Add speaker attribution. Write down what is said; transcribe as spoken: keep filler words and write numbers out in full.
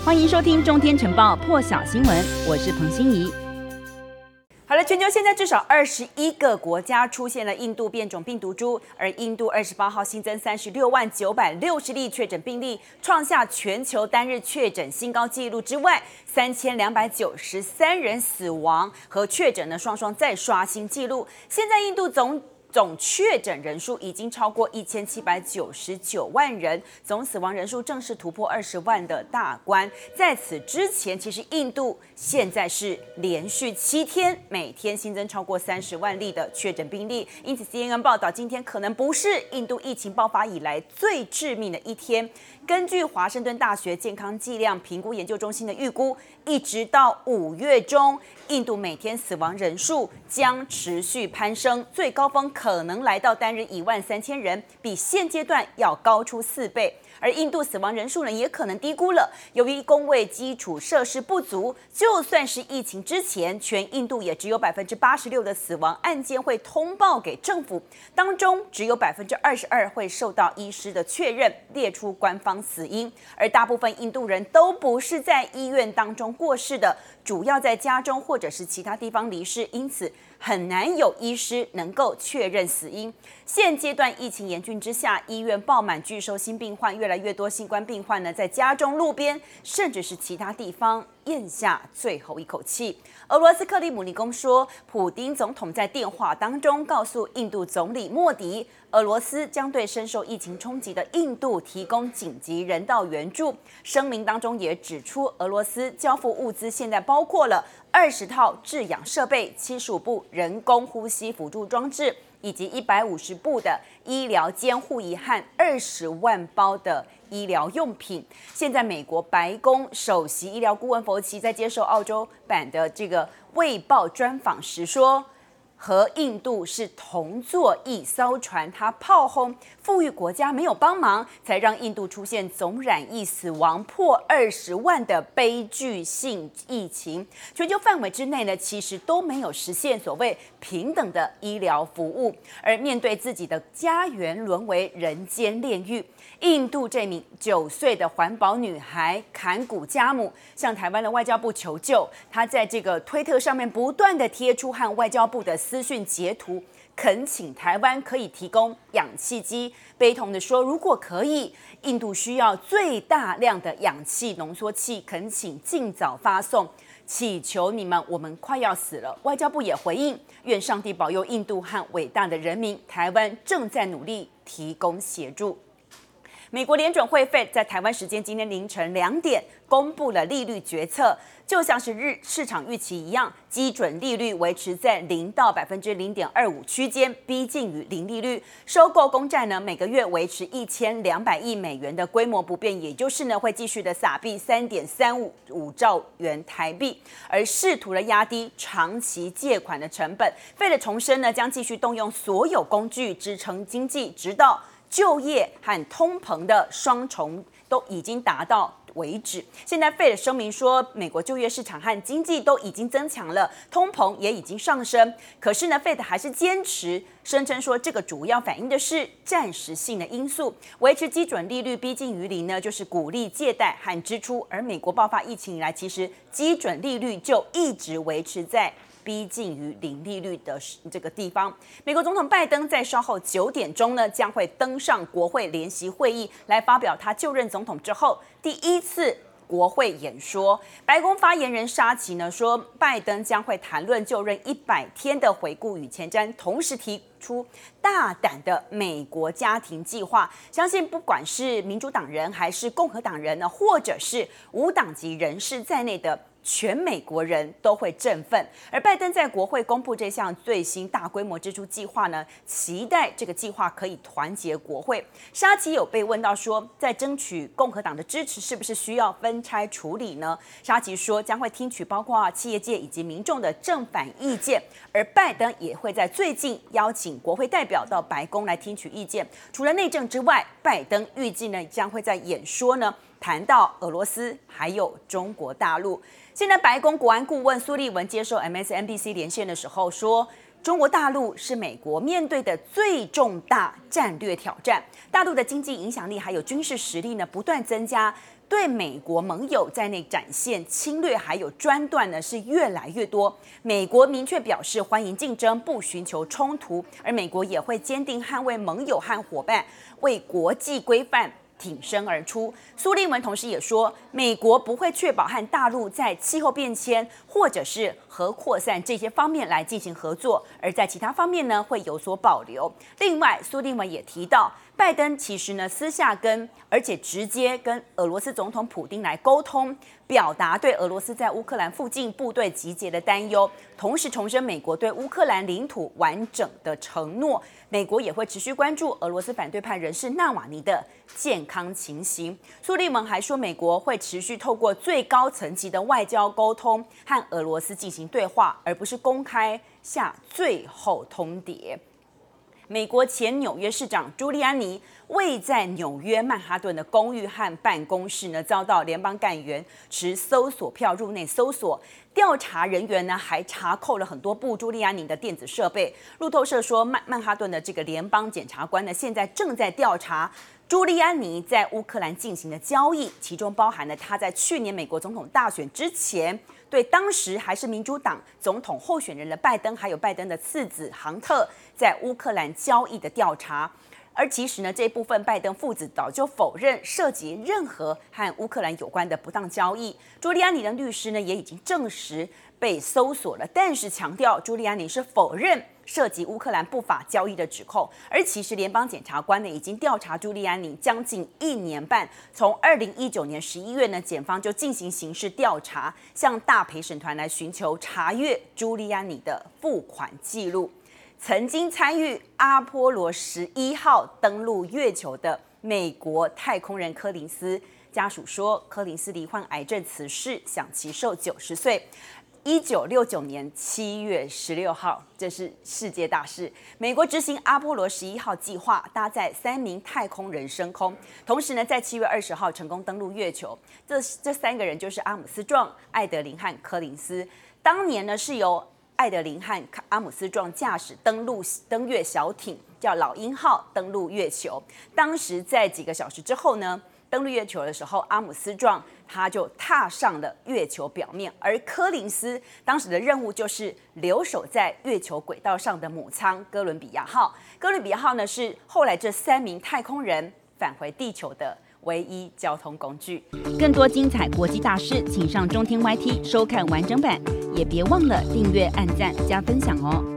Speaker 1: 欢迎收听《中天晨报》破晓新闻，我是彭欣怡。好了，全球现在至少二十一个国家出现了印度变种病毒株，而印度二十八号新增三十六万九百六十例确诊病例，创下全球单日确诊新高纪录之外，三千两百九十三人死亡和确诊呢双双再刷新纪录。现在印度总总确诊人数已经超过一千七百九十九万人，总死亡人数正式突破二十万的大关。在此之前，其实印度现在是连续七天每天新增超过三十万例的确诊病例，因此 C N N 报道今天可能不是印度疫情爆发以来最致命的一天。根据华盛顿大学健康剂量评估研究中心的预估，一直到五月中，印度每天死亡人数将持续攀升，最高峰可能来到单日一万三千人，比现阶段要高出四倍。而印度死亡人数呢，也可能低估了。由于公卫基础设施不足，就算是疫情之前，全印度也只有百分之八十六的死亡案件会通报给政府，当中只有百分之二十二会受到医师的确认，列出官方死因。而大部分印度人都不是在医院当中过世的，主要在家中或者是其他地方离世，因此很难有医师能够确认死因。现阶段疫情严峻之下，医院爆满拒收新病患，越来越多新冠病患呢在家中、路边，甚至是其他地方咽下最后一口气。俄罗斯克里姆林宫说，普丁总统在电话当中告诉印度总理莫迪，俄罗斯将对深受疫情冲击的印度提供紧急人道援助。声明当中也指出，俄罗斯交付物资现在包括了二十套制氧设备、七十五部人工呼吸辅助装置，以及一百五十部的医疗监护仪和二十万包的医疗用品。现在美国白宫首席医疗顾问佛奇在接受澳洲版的这个《卫报》专访时说，和印度是同坐一艘船，他炮轰富裕国家没有帮忙，才让印度出现总染疫死亡破二十万的悲剧性疫情。全球范围之内呢，其实都没有实现所谓平等的医疗服务，而面对自己的家园沦为人间炼狱，印度这名九岁的环保女孩坎古加姆向台湾的外交部求救，她在这个推特上面不断的贴出和外交部的私讯截图，恳请台湾可以提供氧气机，悲痛的说，如果可以，印度需要最大量的氧气浓缩器，恳请尽早发送，祈求你们，我们快要死了。外交部也回应，愿上帝保佑印度和伟大的人民，台湾正在努力提供协助。美国联准会 Fed 在台湾时间今天凌晨两点公布了利率决策，就像是日市场预期一样，基准利率维持在零到百分之零点二五区间，逼近于零利率。收购公债呢，每个月维持一千两百亿美元的规模不变，也就是呢会继续的撒币三点三五五兆元台币，而试图的压低长期借款的成本。Fed 重申呢，将继续动用所有工具支撑经济，直到就业和通膨的双重都已经达到为止。现在 Fed 声明说，美国就业市场和经济都已经增强了，通膨也已经上升。可是呢 ，Fed 还是坚持声称说，这个主要反映的是暂时性的因素，维持基准利率逼近于零呢，就是鼓励借贷和支出。而美国爆发疫情以来，其实基准利率就一直维持在逼近于零利率的这个地方。美国总统拜登在稍后九点钟呢，将会登上国会联席会议来发表他就任总统之后第一次国会演说。白宫发言人沙奇呢说，拜登将会谈论就任一百天的回顾与前瞻，同时提出大胆的美国家庭计划，相信不管是民主党人还是共和党人呢，或者是无党籍人士在内的全美国人都会振奋。而拜登在国会公布这项最新大规模支出计划呢，期待这个计划可以团结国会。沙奇有被问到说，在争取共和党的支持是不是需要分拆处理呢？沙奇说，将会听取包括企业界以及民众的正反意见，而拜登也会在最近邀请国会代表到白宫来听取意见。除了内政之外，拜登预计呢将会在演说呢谈到俄罗斯还有中国大陆。现在白宫国安顾问苏利文接受 M S N B C 连线的时候说，中国大陆是美国面对的最重大战略挑战，大陆的经济影响力还有军事实力呢不断增加， 对美国盟友在内展现侵略还有专断呢是越来越多。美国明确表示欢迎竞争，不寻求冲突，而美国也会坚定捍卫盟友和伙伴，为国际规范挺身而出。苏利文同时也说，美国不会确保和大陆在气候变迁或者是核扩散这些方面来进行合作，而在其他方面呢会有所保留。另外，苏利文也提到，拜登其实呢私下跟而且直接跟俄罗斯总统普丁来沟通，表达对俄罗斯在乌克兰附近部队集结的担忧，同时重申美国对乌克兰领土完整的承诺。美国也会持续关注俄罗斯反对派人士纳瓦尼的健康情形。苏利文还说，美国会持续透过最高层级的外交沟通和俄罗斯进行对话，而不是公开下最后通牒。美国前纽约市长朱利安尼位在纽约曼哈顿的公寓和办公室呢，遭到联邦干员持搜索票入内搜索。调查人员呢还查扣了很多部朱利安尼的电子设备。路透社说，曼曼哈顿的这个联邦检察官呢，现在正在调查朱利安尼在乌克兰进行的交易，其中包含了他在去年美国总统大选之前，对当时还是民主党总统候选人的拜登，还有拜登的次子杭特在乌克兰交易的调查。而其实呢，这一部分拜登父子早就否认涉及任何和乌克兰有关的不当交易。朱利安尼的律师呢，也已经证实被搜索了，但是强调朱利安尼是否认涉及乌克兰不法交易的指控。而其实联邦检察官呢，已经调查朱利安尼将近一年半，从二零一九年十一月呢，检方就进行刑事调查，向大陪审团来寻求查阅朱利安尼的付款记录。曾经参与阿波罗十一号登陆月球的美国太空人柯林斯家属说，柯林斯罹患癌症辞世，享其寿九十岁。一九六九年七月十六号，这是世界大事。美国执行阿波罗十一号计划，搭载三名太空人升空，同时呢，在七月二十号成功登陆月球。这这三个人就是阿姆斯壮、艾德林和柯林斯。当年呢，是由艾德林和阿姆斯壮驾驶登陆登月小艇叫老鹰号登陆月球。当时在几个小时之后呢，登陆月球的时候，阿姆斯壮他就踏上了月球表面，而柯林斯当时的任务就是留守在月球轨道上的母舱哥伦比亚号。哥伦比亚号呢是后来这三名太空人返回地球的唯一交通工具。更多精彩国际大事，请上中天 Y T 收看完整版，也别忘了订阅、按赞、加分享哦。